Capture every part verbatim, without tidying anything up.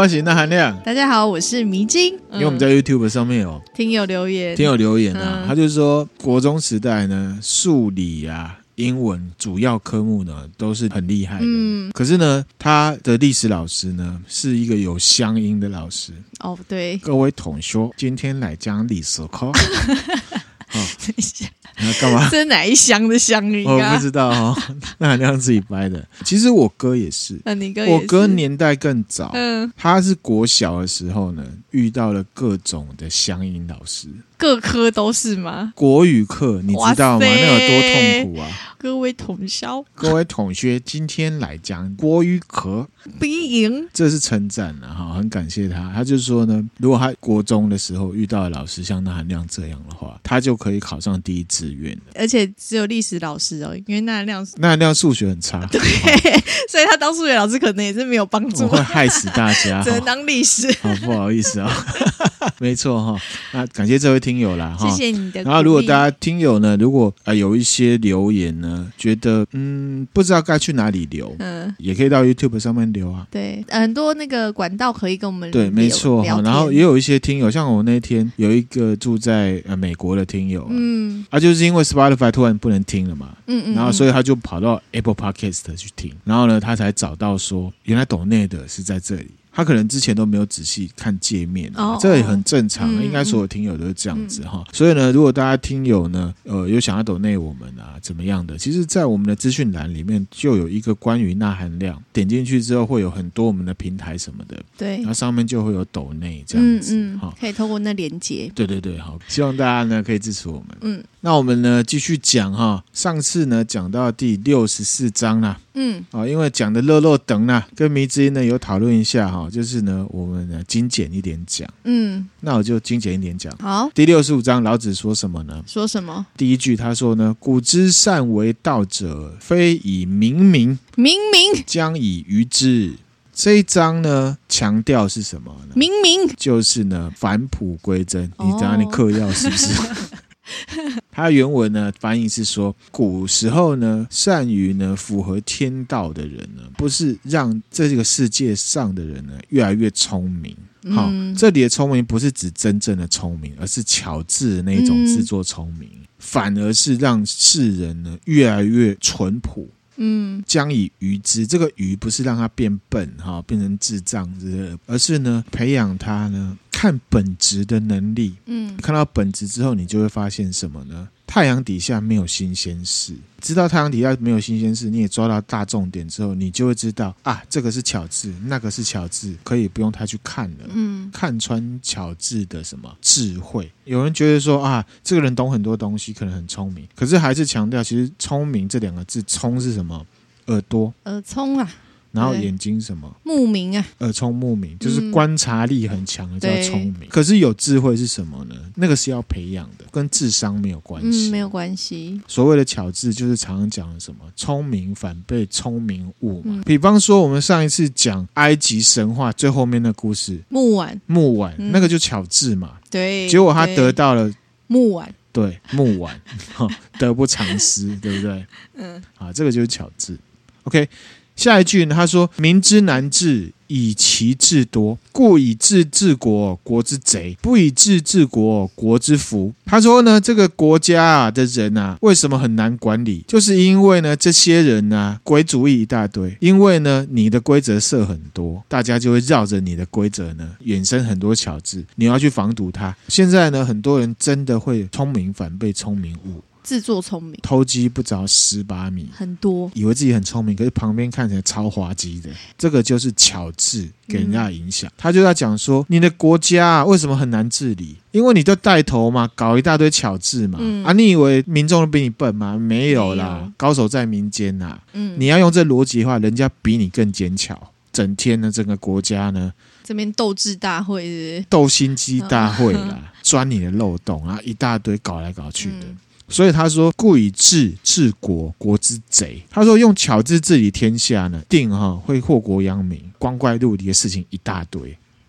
我是那含亮。 大家好，我是迷津。 因为我们在 YouTube 上面有听友留言， 听友留言啊， 嗯、 他就说国中时代呢，数理啊、英文主要科目呢都是很厉害的。嗯，可是呢，他的历史老师呢是一个有乡音的老师。 哦，对， 各位同学，今天来讲历史课。 哦、等一下。 干嘛？ 这是哪一乡的乡音啊？ 我不知道哦，那好像自己掰的。其实我哥也是， 啊、你哥也是， 我哥年代更早。 嗯， 他是国小的时候呢，遇到了各种的乡音老师， 各科都是吗？ 国语课你知道吗？那有多痛苦啊！ 各位同校， 各位同学，今天来讲国语课， 必赢， 这是称赞啊，哈，很感谢他。他就说呢，如果他国中的时候遇到的老师像那含亮这样的话，他就可以考上第一志愿了。 而且只有历史老师哦，因为那含亮那含亮数学很差， 对，所以他当数学老师可能也是没有帮助， 我会害死大家， 只能当历史。 好，不好意思啊、哦，没错哈。那感谢这位听友啦， 谢谢你的鼓励。 然后如果大家听友呢，如果、呃、有一些留言呢，觉得嗯不知道该去哪里留，嗯，也可以到 YouTube 上面留啊。 对，很多那个管道可以跟我们对，没错哈。然后也有一些听友，像我那天有一个住在、呃、美国的听友、啊，嗯，啊，就是因为 Spotify 突然不能听了嘛，嗯嗯，然后所以他就跑到 Apple Podcast 去听，然后呢，他才找到说原来抖内的是在这里。他可能之前都没有仔细看界面、啊 oh, 这也很正常、嗯、应该所有听友都是这样子哈、嗯。所以呢，如果大家听友呢，呃，有想要抖内我们啊，怎么样的，其实在我们的资讯栏里面就有一个关于钠含量，点进去之后会有很多我们的平台什么的，对，然后上面就会有抖内这样子，嗯嗯， 可以透过那连结， 对对对，好，希望大家呢可以支持我们，嗯。那我们呢继续讲哈，上次呢讲到第六十四章啦，嗯，啊，因为讲的肉肉等啦，跟迷之音呢有讨论一下哈，就是呢我们呢精简一点讲，嗯，那我就精简一点讲。 好， 第六十五章老子说什么呢？ 说什么？ 第一句他说呢，古之善为道者，非以明民， 明民将以愚之。这一章呢强调是什么呢？ 明民就是呢返璞归真。你等下你嗑药是不是？它原文呢翻译是说，古时候呢善于呢符合天道的人呢，不是让这个世界上的人呢越来越聪明。好、嗯，这里的聪明不是指真正的聪明，而是巧智的那种自作聪明、嗯，反而是让世人呢越来越淳朴。嗯，将以愚之，这个愚不是让他变笨哈，变成智障之类的，而是呢培养他呢看本质的能力。嗯，看到本质之后，你就会发现什么呢？太阳底下没有新鲜事，知道太阳底下没有新鲜事，你也抓到大重点之后，你就会知道啊，这个是巧智，那个是巧智，可以不用太去看了。嗯，看穿巧智的什么智慧。有人觉得说啊，这个人懂很多东西，可能很聪明，可是还是强调，其实聪明这两个字，聪是什么？耳朵， 耳聪啊。 然后眼睛什么目明啊， 耳聪目明，就是观察力很强的叫聪明、嗯。可是有智慧是什么呢？那个是要培养的，跟智商没有关系、 嗯，没有关系。 所谓的巧智，就是常常讲的什么聪明反被聪明误嘛、嗯。比方说，我们上一次讲埃及神话最后面的故事， 木碗， 木碗、嗯、那个就巧智嘛， 对， 结果他得到了木碗， 对，木碗，得不偿失，对不对？嗯，啊，这个就是巧智。OK。下一句呢？他说：“民之难治，以其智多，故以智治国，国之贼；不以智治国，国之福。”他说呢，这个国家啊的人啊，为什么很难管理？就是因为呢，这些人啊，鬼主意一大堆。因为呢，你的规则设很多，大家就会绕着你的规则呢，衍生很多巧智，你要去防堵它。现在呢，很多人真的会聪明反被聪明误。 自作聪明， 偷鸡不着蚀把米，很多以为自己很聪明，可是旁边看起来超滑稽的，这个就是巧智给人家的影响、嗯、他就在讲说，你的国家、啊、为什么很难治理？因为你就带头嘛，搞一大堆巧智嘛、嗯、啊，你以为民众都比你笨吗？没有啦，有高手在民间啦、嗯、你要用这逻辑的话，人家比你更奸巧，整天呢整个国家呢这边斗智大会是不是斗心机大会啦，钻你的漏洞啊，一大堆搞来搞去的、嗯，所以他说，故以智治国，国之贼。他说用巧智治理天下呢，定哈会祸国殃民，光怪陆离的事情一大堆。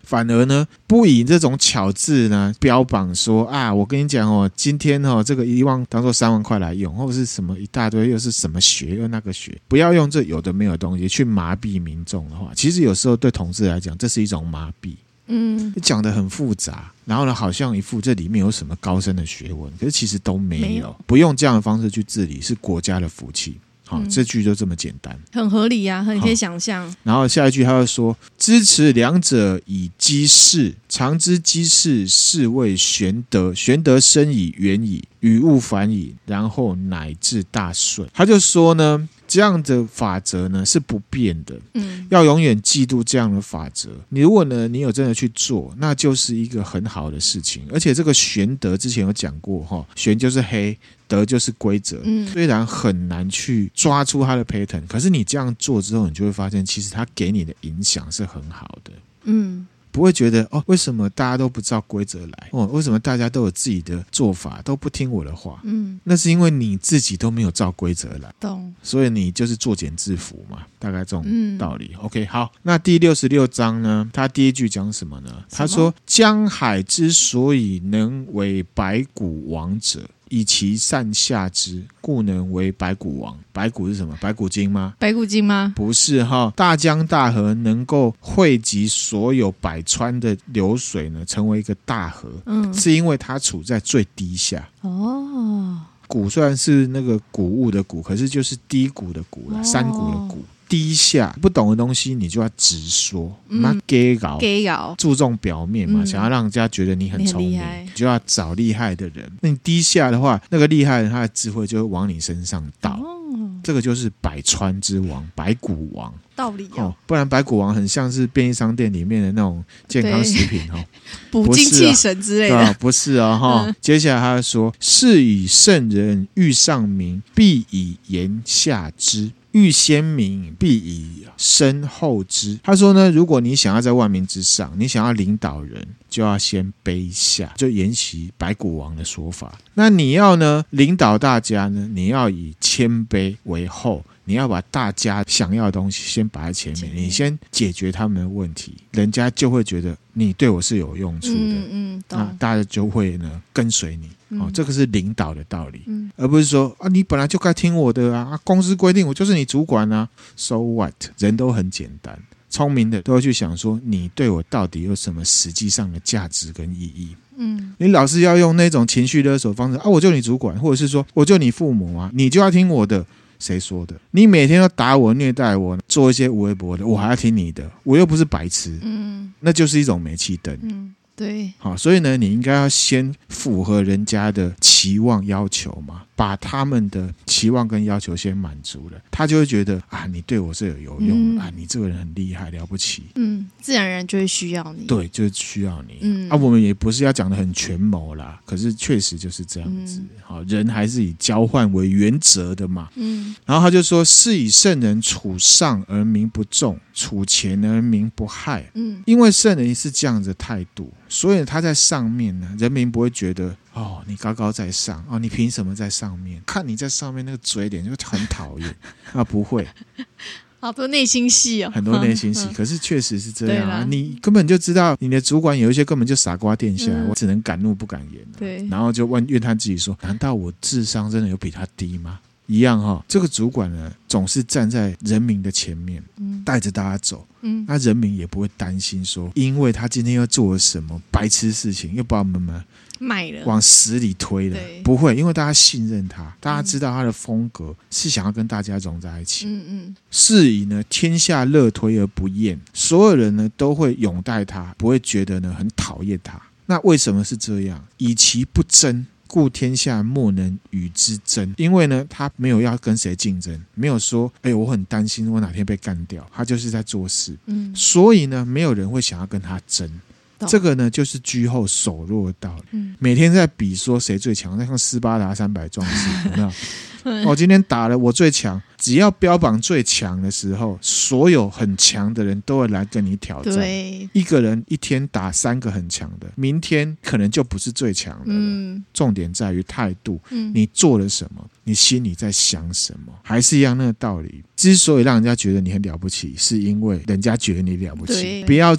反而呢不以这种巧字呢标榜说啊，我跟你讲哦，今天哦这个一万当做三万块来用，或者是什么一大堆又是什么学又那个学，不要用这有的没有东西去麻痹民众的话，其实有时候对同志来讲这是一种麻痹。嗯，讲得很复杂，然后呢好像一副这里面有什么高深的学问，可是其实都没有，没有不用这样的方式去治理是国家的福气。好、嗯，这句就这么简单， 很合理啊，很可以想象。 然后下一句他又说，支持两者以稽事，常知稽事，是谓玄德。玄德生以远矣，与物反矣，然后乃至大顺。他就说呢，这样的法则呢是不变的，嗯，要永远记住这样的法则。你如果呢，你有真的去做，那就是一个很好的事情。而且这个玄德之前有讲过哈，玄就是黑，德就是规则，嗯，虽然很难去抓出它的 pattern， 可是你这样做之后，你就会发现，其实它给你的影响是很好的，嗯。不会觉得哦，为什么大家都不照规则来？哦，为什么大家都有自己的做法，都不听我的话？嗯，那是因为你自己都没有照规则来，懂？所以你就是作茧自缚嘛，大概这种道理。嗯、OK， 好，那第六十六章呢？他第一句讲什么呢？他说：“江海之所以能为百谷王者，以其善下之，故能为百谷王。”百谷是什么？百谷精吗？ 百谷精吗？ 不是哈，大江大河能够汇集所有百川的流水呢，成为一个大河，嗯，是因为它处在最低下。哦，谷虽然是那个谷物的谷，可是就是低谷的谷啦，哦、山谷的谷。低下不懂的东西你就要直说，妈给搞给搞，注重表面嘛、嗯，想要让人家觉得你很聪明，你就要找厉害的人。那你低下的话，那个厉害的人他的智慧就会往你身上倒。哦，这个就是百川之王，百谷王。 道理哦， 不然百谷王很像是便利商店里面的那种健康食品哦， 补精气神之类的， 啊、不是啊哈、嗯。接下来他说：“是以圣人欲上民，必以言下之。”欲先民，必以身后之。他说呢，如果你想要在万民之上，你想要领导人，就要先卑下，就沿袭百谷王的说法。那你要呢领导大家呢，你要以谦卑为后，你要把大家想要的东西先摆在前面，你先解决他们的问题，人家就会觉得你对我是有用处的，嗯嗯，那大家就会呢跟随你。哦，这个是领导的道理，嗯、而不是说啊，你本来就该听我的啊，公司规定我就是你主管啊 ，so what？ 人都很简单，聪明的都会去想说，你对我到底有什么实际上的价值跟意义？嗯，你老是要用那种情绪勒索方式啊，我就你主管，或者是说我就你父母啊，你就要听我的。谁说的？你每天都打我、虐待我，做一些无微博的，我还要听你的？我又不是白痴，嗯，那就是一种煤气灯，嗯。 对， 好，所以呢，你应该要先符合人家的期望要求嘛，把他们的期望跟要求先满足了，他就会觉得啊，你对我是有有用的、嗯、啊，你这个人很厉害，了不起， 嗯，自然而然就会需要你， 对，就需要你，嗯，啊，我们也不是要讲得很权谋啦，可是确实就是这样子，好、嗯，人还是以交换为原则的嘛，嗯，然后他就说，是以圣人处上而民不重，处前而民不害，嗯，因为圣人是这样的态度。所以他在上面呢，人民不会觉得哦，你高高在上哦，你凭什么在上面？看你在上面那个嘴脸就很讨厌啊，不会， 好多内心戏哦， 很多内心戏。可是确实是这样啊，你根本就知道你的主管有一些根本就傻瓜殿下，嗯、我只能敢怒不敢言、啊。对，然后就问怨他自己说，难道我智商真的有比他低吗？一样哈、哦，这个主管呢，总是站在人民的前面，嗯、带着大家走。嗯，那人民也不会担心说，因为他今天又做了什么白痴事情，又把我们卖了， 往死里推了。不会，因为大家信任他，大家知道他的风格是想要跟大家融在一起。嗯嗯，是以呢，天下乐推而不厌，所有人呢都会拥戴他，不会觉得呢很讨厌他。那为什么是这样？以其不争。故天下莫能与之争，因为呢，他没有要跟谁竞争，没有说，哎，我很担心我哪天被干掉，他就是在做事，嗯，所以呢，没有人会想要跟他争。这个呢，就是居后守弱的道理。嗯、每天在比说谁最强，在看斯巴达三百壮士，有没有？我、哦、今天打了我最强，只要标榜最强的时候，所有很强的人都会来跟你挑战。对，一个人一天打三个很强的，明天可能就不是最强的了。嗯、重点在于态度，嗯、你做了什么，你心里在想什么，还是一样那个道理。之所以让人家觉得你很了不起，是因为人家觉得你了不起，不要去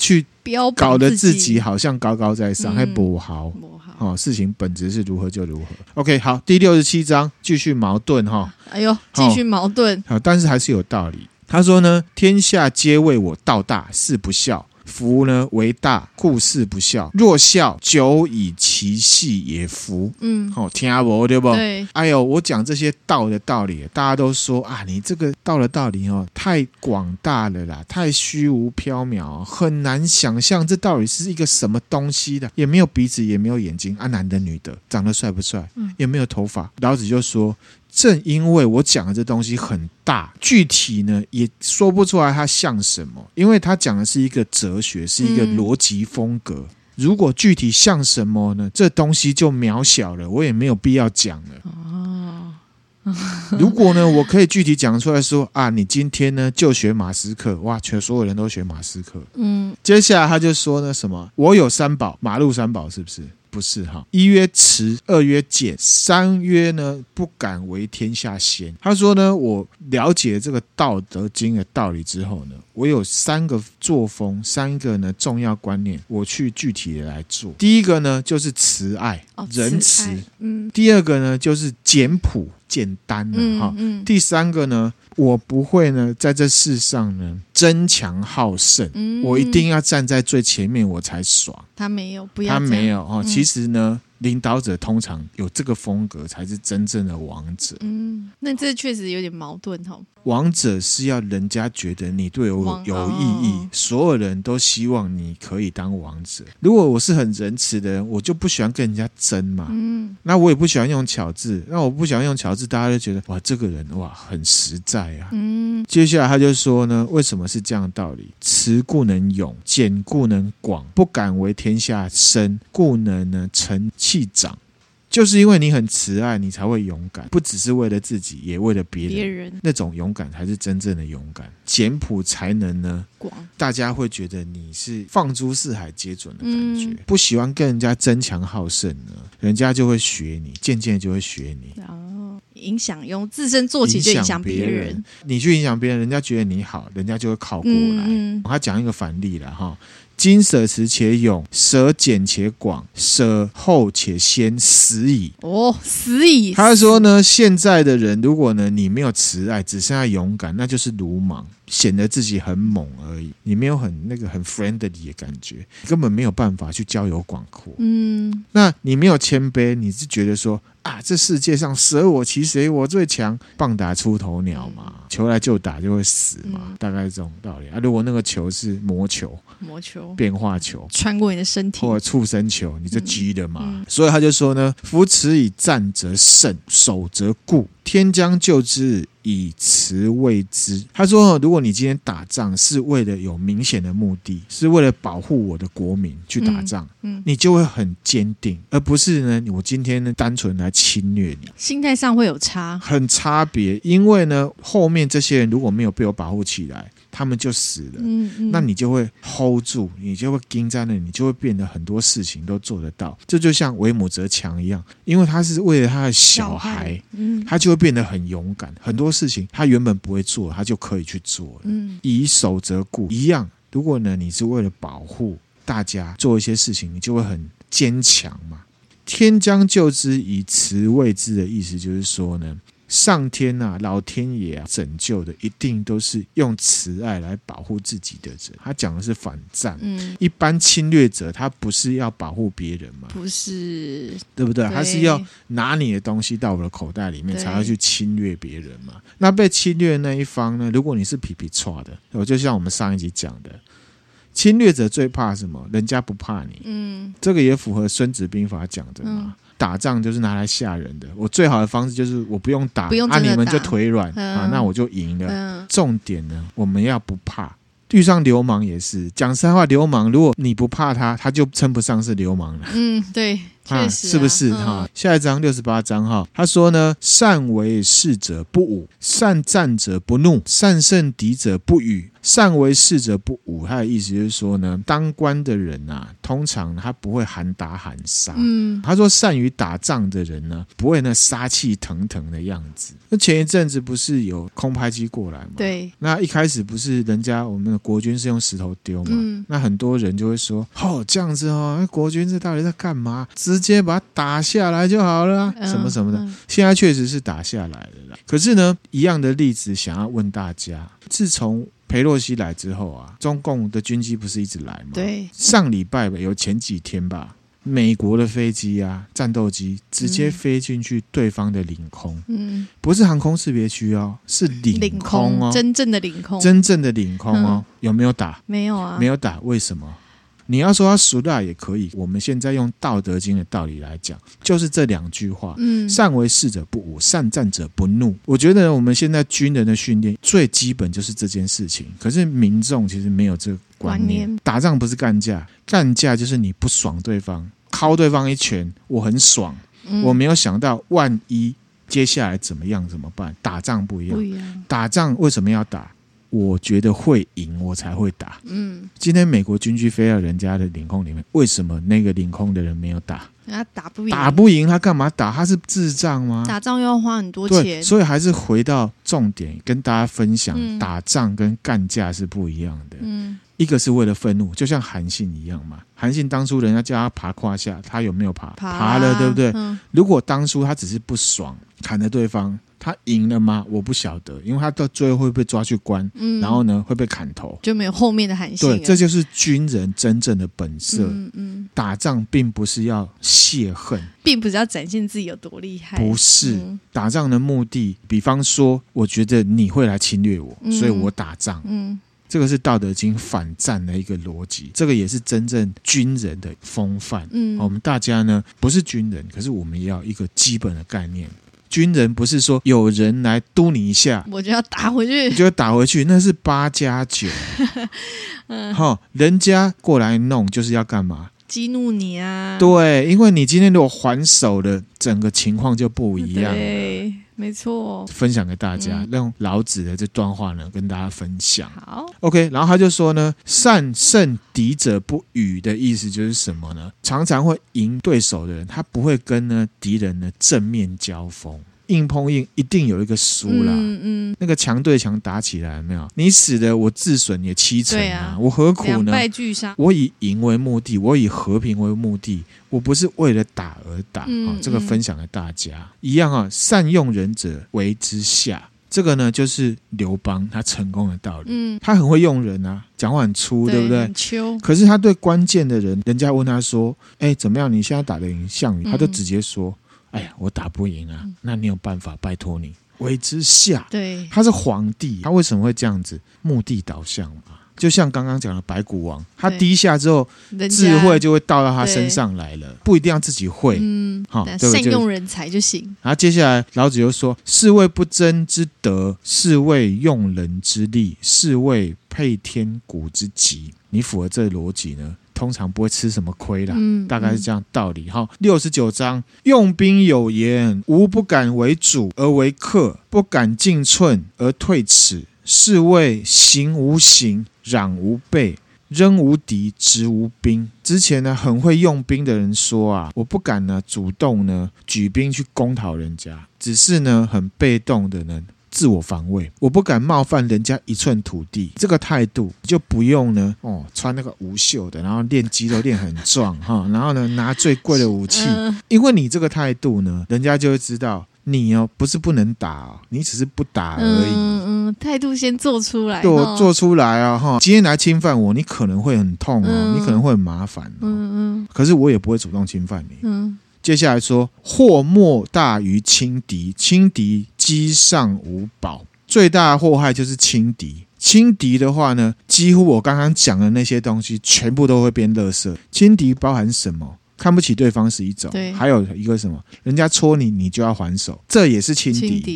标榜搞得自己己好像高高在上，还不好。 不好， 哦，事情本质是如何就如何。OK， 好，第六十七章继续矛盾哈。 哎呦，继续矛盾。 好，但是还是有道理。他说呢，天下皆为我道大，是不孝。夫呢为大，故事不孝。若孝，久以其细也夫。 嗯， 好、哦，听不对不？ 对。 哎呦，我讲这些道的道理，大家都说啊，你这个道的道理哦，太广大了啦，太虚无缥缈，很难想象这到底是一个什么东西的。也没有鼻子，也没有眼睛啊，男的女的，长得帅不帅？嗯，也没有头发。老子就说。正因为我讲的这东西很大，具体呢也说不出来它像什么，因为他讲的是一个哲学，是一个逻辑风格。嗯、如果具体像什么呢，这东西就渺小了，我也没有必要讲了。哦，如果呢，我可以具体讲出来说啊，你今天呢就学马斯克，哇，全所有人都学马斯克。嗯，接下来他就说呢什么，我有三宝，马路三宝是不是？不是哈，一曰慈，二曰俭，三曰呢不敢为天下先。他说呢，我了解这个《道德经》的道理之后呢，我有三个作风，三个呢重要观念，我去具体的来做。第一个呢就是慈爱，哦、仁慈，慈嗯。第二个呢就是简朴。简单的、嗯嗯、第三个呢，我不会呢在这世上呢争强好胜、嗯，我一定要站在最前面我才爽。 他没有，不要他没有、哦嗯、其实呢，领导者通常有这个风格才是真正的王者。嗯， 那这确实有点矛盾哦。 王者是要人家觉得你对我有意义、哦，所有人都希望你可以当王者。如果我是很仁慈的人，我就不喜欢跟人家争嘛。嗯，那我也不喜欢用巧字，那我不喜欢用巧字，大家就觉得哇，这个人哇很实在啊。嗯，接下来他就说呢，为什么是这样的道理？慈故能勇，简故能广，不敢为天下先，故能呢成器长。就是因为你很慈爱，你才会勇敢，不只是为了自己，也为了别人。别人那种勇敢才是真正的勇敢。简朴才能呢广，大家会觉得你是放诸四海皆准的感觉、嗯。不喜欢跟人家争强好胜呢，人家就会学你，渐渐就会学你。 哦，影响用自身做起就影响别人，别人你去影响别人，人家觉得你好，人家就会靠过来。嗯、他讲一个反例了哈。今舍慈且勇，舍俭且广，舍后且先，死矣。 哦，死矣。 他说呢，现在的人，如果呢你没有慈爱，只剩下勇敢，那就是鲁莽，显得自己很猛而已。你没有很那个很 friendly 的感觉，根本没有办法去交友广阔。嗯，那你没有谦卑，你是觉得说啊，这世界上舍我其谁，我最强，棒打出头鸟嘛，球来就打就会死嘛，嗯、大概是这种道理啊。如果那个球是魔球， 魔球、 变化球穿过你的身体， 或者畜生球，你就急了嘛、嗯嗯。所以他就说呢，夫慈以战则胜，守则固。天将救之，以慈卫之。他说，如果你今天打仗是为了有明显的目的，是为了保护我的国民去打仗，嗯嗯、你就会很坚定，而不是呢，我今天呢单纯来侵略你。 心态上会有差， 很差别。因为呢，后面这些人如果没有被我保护起来，他们就死了。嗯嗯、那你就会 hold 住，你就会盯在那里，你就会变得很多事情都做得到。这就像为母则强一样，因为他是为了他的小孩，小孩嗯、他就会变得很勇敢，很多事情他原本不会做，他就可以去做了。嗯、以守则固一样，如果呢你是为了保护大家做一些事情，你就会很坚强嘛。天将救之，以慈卫之的意思就是说呢，上天啊，老天爷啊，拯救的一定都是用慈爱来保护自己的人。他讲的是反战，嗯，一般侵略者他不是要保护别人嘛， 不是， 对不对？他是要拿你的东西到我的口袋里面，才要去侵略别人嘛。那被侵略的那一方呢？如果你是皮皮剉的，我就像我们上一集讲的。侵略者最怕什么？人家不怕你，嗯，这个也符合《孙子兵法》讲的嘛。嗯，打仗就是拿来吓人的，我最好的方式就是我不用打， 不用真的打， 啊，你们就腿软，嗯、啊，那我就赢了。嗯、重点呢，我们要不怕。遇上流氓也是，讲实话，流氓如果你不怕他，他就称不上是流氓了。 嗯，对， 确实、啊、 是不是哈、嗯？下一章六十八章哈，他说呢，善为士者不武，善战者不怒，善胜敌者不语。善为士者不武，他的意思就是说呢，当官的人啊，通常他不会喊打喊杀。嗯，他说善于打仗的人呢，不会那杀气腾腾的样子。那前一阵子不是有空拍机过来吗？ 对， 那一开始不是人家我们的国军是用石头丢嘛？嗯，那很多人就会说，哦，这样子哦，那国军这到底在干嘛？直接把它打下来就好了、啊嗯，什么什么的。嗯、现在确实是打下来了啦。可是呢，一样的例子想要问大家，自从裴洛西来之后啊，中共的军机不是一直来吗？ 对， 上礼拜有前几天吧，美国的飞机啊，战斗机直接飞进去对方的领空，嗯，不是航空识别区哦，是领空哦， 真正的领空， 真正的领空哦，嗯、有没有打？ 没有啊， 没有打，为什么？你要说他熟大也可以，我们现在用道德经的道理来讲，就是这两句话，嗯，善为士者不武，善战者不怒。我觉得我们现在军人的训练最基本就是这件事情，可是民众其实没有这个观念。观念打仗不是干架，干架就是你不爽对方，敲对方一拳，我很爽，嗯、我没有想到万一接下来怎么样怎么办？打仗不一样，不一样。打仗为什么要打？我觉得会赢我才会打。嗯，今天美国军机飞到人家的领空里面，为什么那个领空的人没有打？ 他打不赢， 打不赢他干嘛打？他是智障吗？ 打仗又要花很多钱。 对，所以还是回到重点，跟大家分享，嗯、打仗跟干架是不一样的。嗯，一个是为了愤怒，就像韩信一样嘛。韩信当初人家叫他爬胯下，他有没有爬？爬, 爬了，对不对、嗯？如果当初他只是不爽，砍了对方。他赢了吗？我不晓得，因为他到最后会被抓去关、嗯，然后呢会被砍头， 就没有后面的韩信。 对，这就是军人真正的本色。嗯嗯，打仗并不是要泄恨， 并不是要展现自己有多厉害， 不是、嗯。打仗的目的，比方说，我觉得你会来侵略我，嗯、所以我打仗。嗯。这个是《道德经》反战的一个逻辑，这个也是真正军人的风范。嗯，我们大家呢不是军人，可是我们也要一个基本的概念。军人不是说有人来督你一下， 我就要打回去， 你就要打回去，那是八加九。嗯，好，人家过来弄就是要干嘛？ 激怒你啊！ 对，因为你今天如果还手了，整个情况就不一样了。 对，没错。 分享给大家，嗯、用老子的这段话呢，跟大家分享。 好 ，OK。然后他就说呢，善胜敌者不语的意思就是什么呢？常常会赢对手的人，他不会跟呢敌人呢正面交锋。硬碰硬一定有一个输啦，嗯嗯，那个强对强打起来，有没有？你死的我自损也七成啊，啊我何苦呢？两败俱伤。 我以赢为目的，我以和平为目的，我不是为了打而打。嗯哦、这个分享给大家、嗯、一样啊，善用人者为之下。这个呢，就是刘邦他成功的道理。嗯，他很会用人啊，讲话很粗， 对, 对不对？ 很秋。 可是他对关键的人，人家问他说：“哎，怎么样？你现在打得赢项羽？”他就直接说。哎呀，我打不赢啊、嗯！那你有办法？拜托你为之下。 对， 他是皇帝，他为什么会这样子？目的导向嘛。就像刚刚讲的白骨王，他低下之后，智慧就会倒到他身上来了，不一定要自己会。嗯，好， 善用人才就行。 然后接下来老子又说：“士谓不争之德，士谓用人之力，士谓配天古之极。”你符合这个逻辑呢？通常不会吃什么亏啦、嗯、大概是这样道理哈。六十九章，用兵有言：吾不敢为主而为客，不敢进寸而退尺，是谓行无形，攘无备，扔无敌，执无兵。之前呢，很会用兵的人说啊，我不敢呢主动呢举兵去攻讨人家，只是呢很被动的呢。自我防卫，我不敢冒犯人家一寸土地，这个态度就不用呢哦，穿那个无袖的，然后练肌肉练很壮哈，然后呢拿最贵的武器，因为你这个态度呢，人家就会知道你哦不是不能打哦，你只是不打而已。 嗯嗯，态度先做出来， 对，我做出来啊哈，今天来侵犯我，你可能会很痛哦，嗯、你可能会很麻烦、哦，嗯嗯，可是我也不会主动侵犯你，嗯。接下来说，祸莫大于轻敌，轻敌机上无宝。最大的祸害就是轻敌。轻敌的话呢，几乎我刚刚讲的那些东西，全部都会变垃圾。轻敌包含什么？看不起对方是一种，还有一个什么？人家戳你，你就要还手，这也是轻敌。轻敌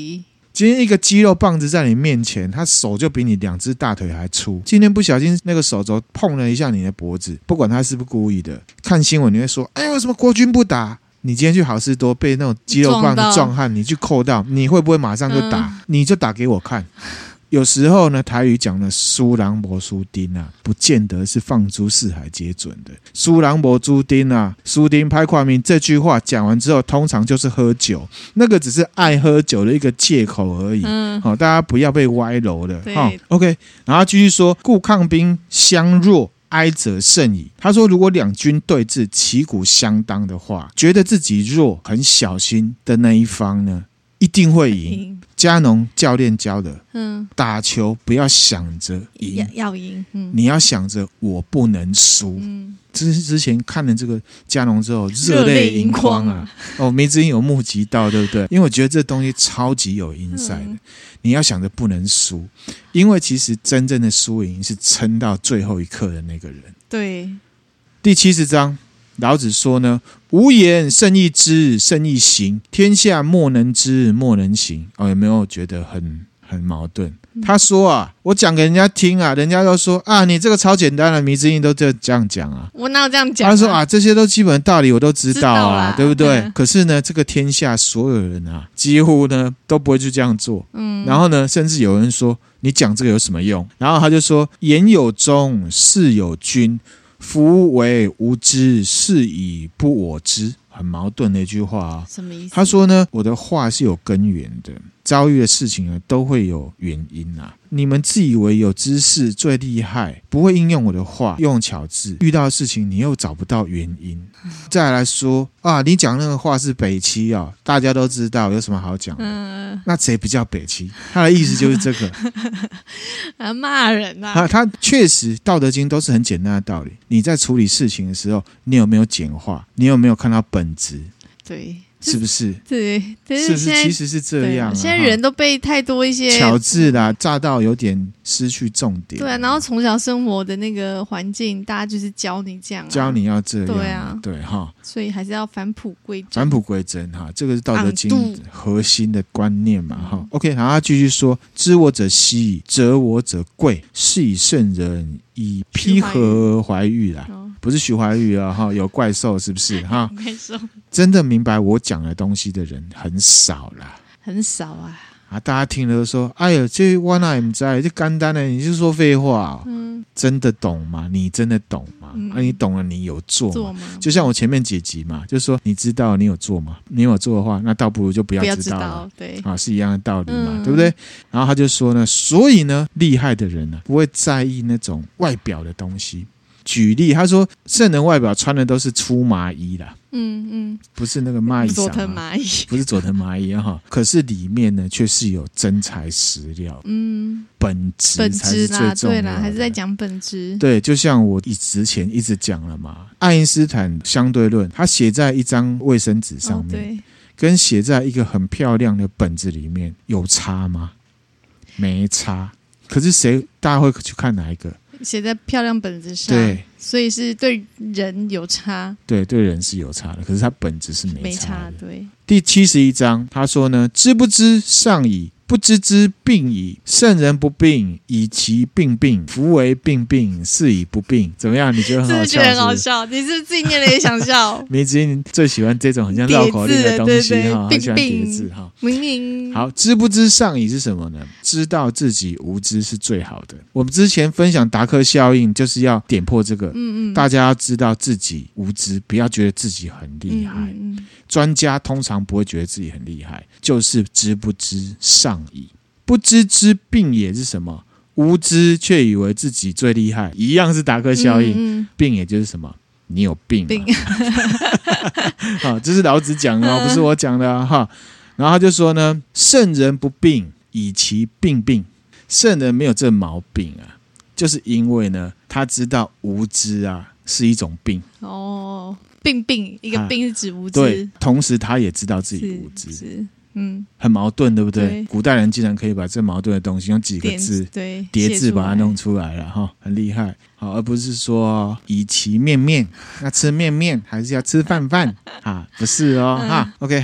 今天一个肌肉棒子在你面前，他手就比你两只大腿还粗。今天不小心那个手肘碰了一下你的脖子，不管他是不是故意的，看新闻你会说：“哎，为什么国军不打？”你今天去好事多被那种肌肉棒的壮汉，你去扣到，你会不会马上就打？嗯、你就打给我看。有时候呢，台语讲的输人无输丁啊，不见得是放诸四海皆准的。输人无输丁啊，输丁拍跨名这句话讲完之后，通常就是喝酒，那个只是爱喝酒的一个借口而已。嗯，好、哦，大家不要被歪楼了。好、哦、，OK， 然后继续说，故抗兵相若。哀者胜矣。他说，如果两军对峙，旗鼓相当的话，觉得自己弱、很小心的那一方呢，一定会赢。加农教练教的，嗯，打球不要想着赢， 要赢，嗯， 你要想着我不能输。嗯，之之前看了这个加农之后，热泪盈眶啊！哦，梅子英有目击到，对不对？因为我觉得这东西超级有 insight 的。嗯，你要想着不能输，因为其实真正的输赢是撑到最后一刻的那个人。 对， 第七十章。老子说呢，无言胜亦知，胜亦行，天下莫能知，莫能行。哦，有没有觉得很很矛盾？嗯、他说啊，我讲给人家听啊，人家都说啊，你这个超简单的，迷之音都这样讲啊。 我哪有这样讲、啊？ 他说啊，这些都基本的道理我都知道啊， 知道对不对？ 嗯、 可是呢，这个天下所有人啊，几乎呢都不会去这样做。嗯，然后呢，甚至有人说，你讲这个有什么用？然后他就说，言有宗，事有君。夫为无知，是以不我知。很矛盾的一句话啊。 什么意思？ 他说呢，我的话是有根源的，遭遇的事情呢都会有原因啊。你们自以为有知识最厉害，不会应用我的话，用巧智，遇到的事情你又找不到原因。再来说啊，你讲那个话是北七啊，大家都知道，有什么好讲的？嗯，那谁不叫北七？他的意思就是这个。 啊，骂人啊！ 啊，他确实《道德经》都是很简单的道理。你在处理事情的时候，你有没有简化？你有没有看到本质？ 对。 是不是？ 对， 是不是？其实是这样、啊。 现在人都被太多一些巧智啦，炸到有点失去重点。 对啊，然后从小生活的那个环境，大家就是教你这样、啊， 教你要这样。 对啊， 对哈。 所以还是要返璞归真。 返璞归真哈，这个是《道德经》核心的观念嘛哈。OK， 然后他继续说：“知我者希，责我者贵。是以圣人以披和而怀玉啦。”不是徐怀钰啊，哈，有怪兽是不是哈？ 怪兽真的明白我讲的东西的人很少啦， 很少啊。 啊，大家听了都说，哎呦，这我哪也不知道，这简单的，你就说废话、哦。嗯，真的懂吗？你真的懂吗？嗯、啊，你懂了，你有做吗？ 做吗？ 就像我前面几集嘛，就是说，你知道你有做吗？你有做的话，那倒不如就不要知道了。 不要知道，对， 啊，是一样的道理嘛， 嗯、 对不对？然后他就说呢，所以呢，厉害的人呢，不会在意那种外表的东西。举例，他说圣人外表穿的都是粗麻衣啦，嗯嗯，不是那个蚂蚁、啊， 佐藤麻衣， 不是佐藤麻衣哈，可是里面呢却是有真材实料，嗯，本质才是最重要的， 对啦，还是在讲本质。 对，就像我之前一直讲了嘛，爱因斯坦相对论，他写在一张卫生纸上面，哦、对，跟写在一个很漂亮的本子里面有差吗？没差。可是谁大家会去看哪一个？ 写在漂亮本子上，对，所以是对人有差， 对，对人是有差的，可是它本质是没差的。 没差，对。 第七十一章，他说呢，知不知上矣，不知之病矣。圣人不病，以其病病。夫为病病，是以不病。怎么样？你觉得很好笑？是不是觉得很好笑？你是不是自己念了也想笑？ 梅子英最喜欢这种很像绕口令的东西哈，很喜欢叠字哈。 明明好，知不知上矣是什么呢？知道自己无知是最好的。我们之前分享达克效应，就是要点破这个。嗯嗯，大家要知道自己无知，不要觉得自己很厉害。嗯嗯，专家通常不会觉得自己很厉害，就是知不知上矣。不知之病也是什么？无知却以为自己最厉害，一样是达克效应。嗯嗯，病也就是什么？你有病、啊。病好，这是老子讲的哦，不是我讲的啊哈。然后他就说呢，圣人不病，以其病病。圣人没有这毛病啊，就是因为呢，他知道无知啊是一种病。哦， 病病，一个病是指无知。 对，同时他也知道自己无知。是，嗯，很矛盾，对不对？对，古代人竟然可以把这矛盾的东西用几个字对叠字把它弄出来了哈，很厉害。好，而不是说以其面面，要吃面面还是要吃饭饭啊？不是哦，哈。OK， 好。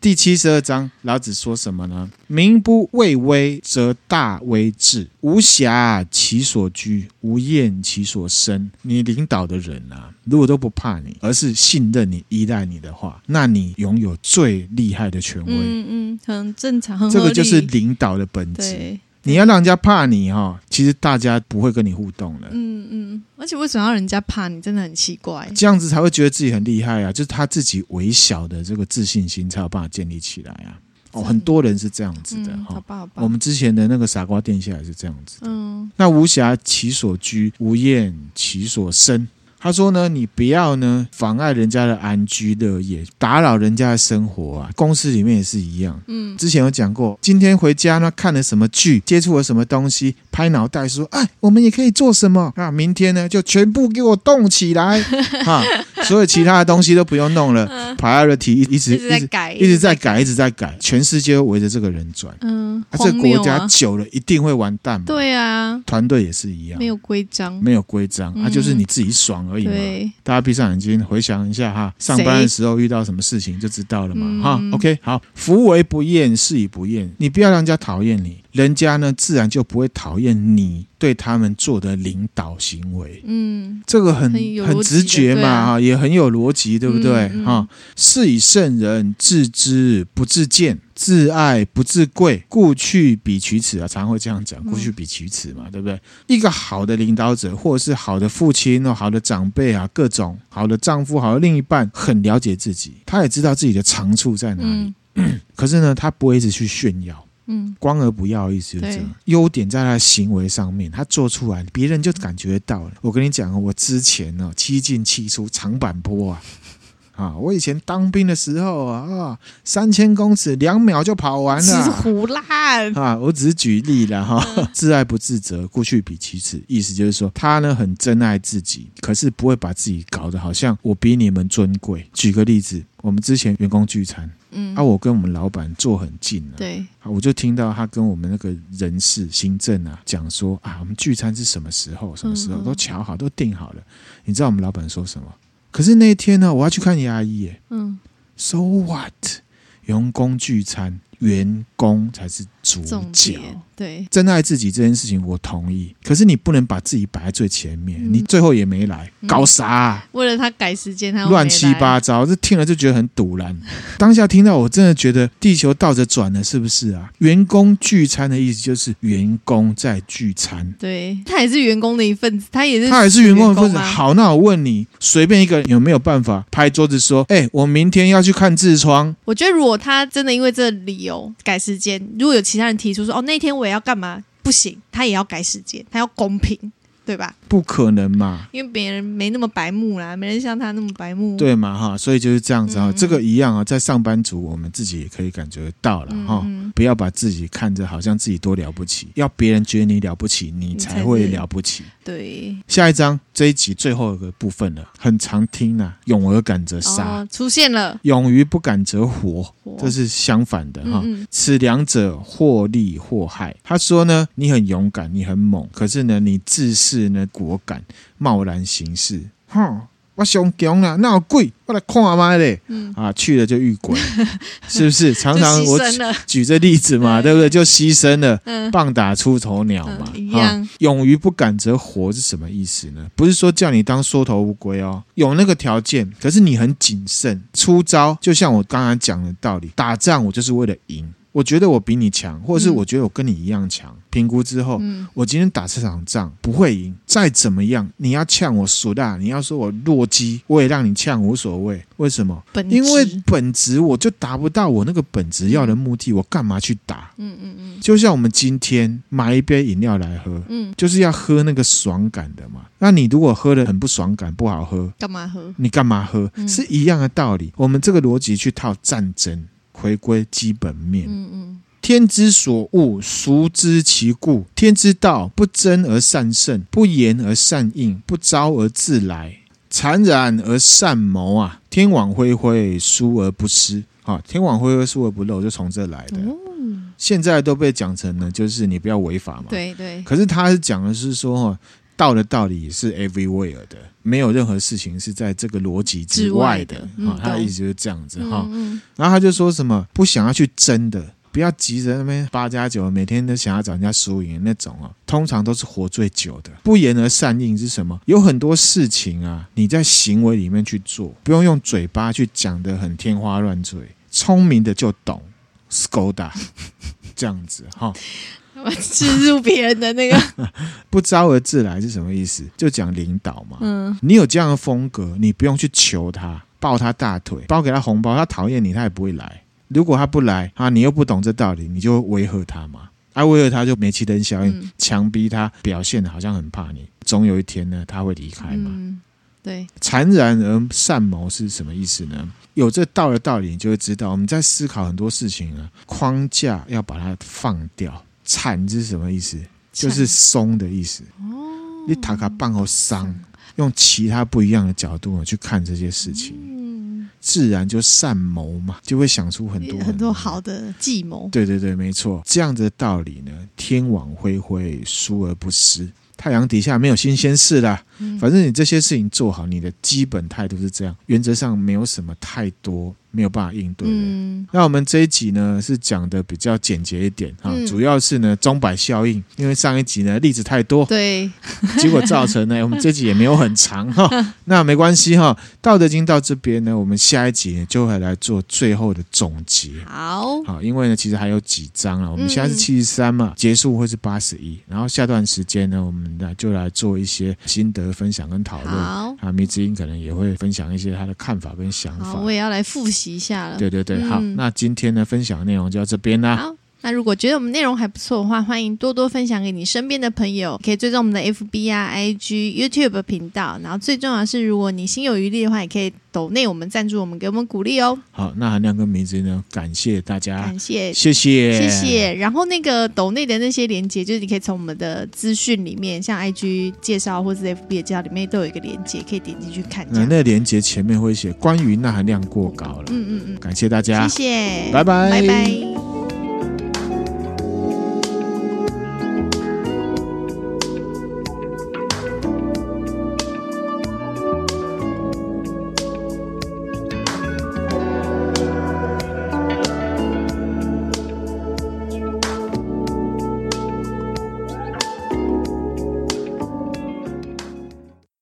第七十二章老子说什么呢？民不畏威，则大威至。无暇其所居，无厌其所生。你领导的人啊，如果都不怕你，而是信任你、依赖你的话，那你拥有最厉害的权威。 嗯嗯，很正常，很合理。 这个就是领导的本质。 对， 你要让人家怕你哈，其实大家不会跟你互动了。 嗯嗯，而且为什么要人家怕你？真的很奇怪。 这样子才会觉得自己很厉害啊，就是他自己微小的这个自信心才有办法建立起来啊。哦，很多人是这样子的哈、 嗯。好吧好吧， 我们之前的那个傻瓜殿下也是这样子的。 嗯， 那无暇其所居，无厌其所生。他说呢，你不要呢妨碍人家的安居乐业，打扰人家的生活啊。公司里面也是一样，嗯，之前有讲过，今天回家呢看了什么剧，接触了什么东西，拍脑袋说，哎，我们也可以做什么啊？明天呢就全部给我动起来哈，所有其他的东西都不用弄了，priority 一直一直在改， 一直在改，一直在改，全世界都围着这个人转，嗯，啊、这个国家久了一定会完蛋嘛。 对啊， 团队也是一样， 没有规章， 没有规章，啊，就是你自己爽而已嘛。大家闭上眼睛回想一下哈，上班的时候遇到什么事情就知道了嘛。哈 ，OK， 好，夫为不厌，是以不厌。你不要让人家讨厌你，人家呢自然就不会讨厌你对他们做的领导行为。嗯，这个很很直觉嘛，啊，也很有逻辑，对不对？哈、嗯嗯，是以圣人自知不自见。自爱不自贵，故去彼取此啊，常会这样讲，故去彼取此嘛，对不对？一个好的领导者，或者是好的父亲哦，好的长辈啊，各种好的丈夫、好的另一半，很了解自己，他也知道自己的长处在哪里。嗯、可是呢，他不会一直去炫耀。嗯，光而不要的意思就是这样，优点在他的行为上面，他做出来，别人就感觉到了。我跟你讲，我之前呢、哦，七进七出长坂坡啊。啊！我以前当兵的时候啊，啊，三千公尺两秒就跑完了， 是胡烂啊！我只是举例了哈、嗯，自爱不自责，故去彼其耻。意思就是说，他呢很珍爱自己，可是不会把自己搞得好像我比你们尊贵。举个例子，我们之前员工聚餐，嗯，啊，我跟我们老板坐很近啊， 对， 啊，我就听到他跟我们那个人事行政啊讲说啊，我们聚餐是什么时候？什么时候、嗯、都瞧好，都定好了。你知道我们老板说什么？可是那一天呢，我要去看牙医耶。嗯 ，So what？ 员工聚餐，员工才是主角。 对， 珍爱自己这件事情我同意，可是你不能把自己摆在最前面，嗯、你最后也没来，搞啥、啊嗯？为了他改时间，他乱七八糟，这听了就觉得很堵然。当下听到，我真的觉得地球倒着转了，是不是啊？员工聚餐的意思就是员工在聚餐， 对，他也是员工的一份子，他也是他也是员工的一份子。好，那我问你，随便一个人有没有办法拍桌子说，哎、欸，我明天要去看痔疮？ 我觉得如果他真的因为这个理由改时间，如果有其他人提出说，哦，那天我也要干嘛？不行，他也要改时间，他要公平，对吧？ 不可能嘛， 因为别人没那么白目啦，没人像他那么白目， 对嘛哈，所以就是这样子哈、嗯。这个一样啊，在上班族我们自己也可以感觉到了哈、嗯，不要把自己看着好像自己多了不起，要别人觉得你了不起，你才会了不起。 对， 下一章这一集最后一个部分了，很常听啊，勇而敢则杀、 哦、出现了， 勇于不敢则活，这是相反的哈、嗯嗯。此两者或利或害。他说呢，你很勇敢，你很猛，可是呢，你自恃呢果敢，贸然行事，哼。我上强啦，那有鬼，我来看嘛嘞、嗯，啊，去了就遇鬼，是不是？常常我举这例子嘛，对不对？就牺牲了，嗯、棒打出头鸟嘛， 嗯、一样、 啊。勇于不敢则活是什么意思呢？不是说叫你当缩头乌龟哦，有那个条件，可是你很谨慎，出招。就像我刚才讲的道理，打仗我就是为了赢。我觉得我比你强，或者是我觉得我跟你一样强、嗯、评估之后、嗯、我今天打这场仗不会赢，再怎么样你要呛我输大，你要说我弱鸡，我也让你呛无所谓。为什么？因为本质我就达不到我那个本质要的目的、嗯、我干嘛去打？嗯嗯嗯。就像我们今天买一杯饮料来喝，嗯，就是要喝那个爽感的嘛。那你如果喝的很不爽感，不好喝， 干嘛喝？ 你干嘛喝、嗯、是一样的道理。我们这个逻辑去套战争，回归基本面。嗯嗯，天之所恶，孰知其故？天之道，不争而善胜，不言而善应，不招而自来，残然而善谋啊！天网恢恢，疏而不失。啊，天网恢恢，疏而不漏，就从这来的。哦，现在都被讲成了，就是你不要违法嘛。 对对。 可是他是讲的是说， 道的道理也是 everywhere 的，没有任何事情是在这个逻辑之外的。 之外的嗯哦、他的意思就是这样子哈、 嗯嗯然后他就说什么不想要去争的，不要急着那边八加九，每天都想要找人家输赢那种哦，通常都是活最久的。不言而善应是什么？有很多事情啊，你在行为里面去做，不用用嘴巴去讲得很天花乱坠，聪明的就懂 Skoda 这样子哈。 置入别人的那个不招而自来是什么意思？就讲领导嘛。 嗯， 你有这样的风格，你不用去求他，抱他大腿，包给他红包，他讨厌你，他也不会来。如果他不来啊，你又不懂这道理，你就威吓他嘛。啊，威吓他就煤气灯效应，强、嗯、逼他表现的好像很怕你，总有一天呢，他会离开嘛。 嗯，对。 残然而善谋是什么意思呢？有这道的道理，你就会知道，我们在思考很多事情呢，框架要把它放掉。铲是什么意思？就是松的意思。哦，你塔卡棒后伤，用其他不一样的角度去看这些事情，嗯，自然就善谋嘛，就会想出很多很多很多好的计谋。 对对对，没错，这样子的道理呢，天网恢恢，疏而不失。太阳底下没有新鲜事啦，嗯、反正你这些事情做好，你的基本态度是这样，原则上没有什么太多没有办法应对的。嗯、那我们这一集呢是讲的比较简洁一点哈、嗯，主要是呢钟摆效应，因为上一集呢例子太多， 对， 结果造成呢我们这一集也没有很长哈，那没关系哈。道德经到这边呢，我们下一集呢就会来做最后的总结。 好，好， 因为呢其实还有几章了，我们现在是七十三嘛，嗯、结束会是八十一，然后下段时间呢我们就来做一些心得分享跟讨论。好，啊，迷之音可能也会分享一些他的看法跟想法。 好，我也要来复习一下了。 对对对，嗯、好，那今天呢分享的内容就到这边啦。 好，那如果觉得我们内容还不错的话，欢迎多多分享给你身边的朋友，可以追踪我们的 F B 啊、I G、YouTube 频道。然后最重要的是，如果你心有余力的话，也可以抖内我们赞助我们，给我们鼓励哦。 好，那含量跟迷之音呢，感谢大家， 感谢， 谢谢， 谢谢。然后那个抖内的那些连结，就是你可以从我们的资讯里面，像 I G 介绍或是 F B 的介绍里面都有一个连结，可以点进去看。 那那个连结前面会写关于钠含量过高了。嗯嗯嗯，感谢大家， 谢谢， 拜拜， 拜拜。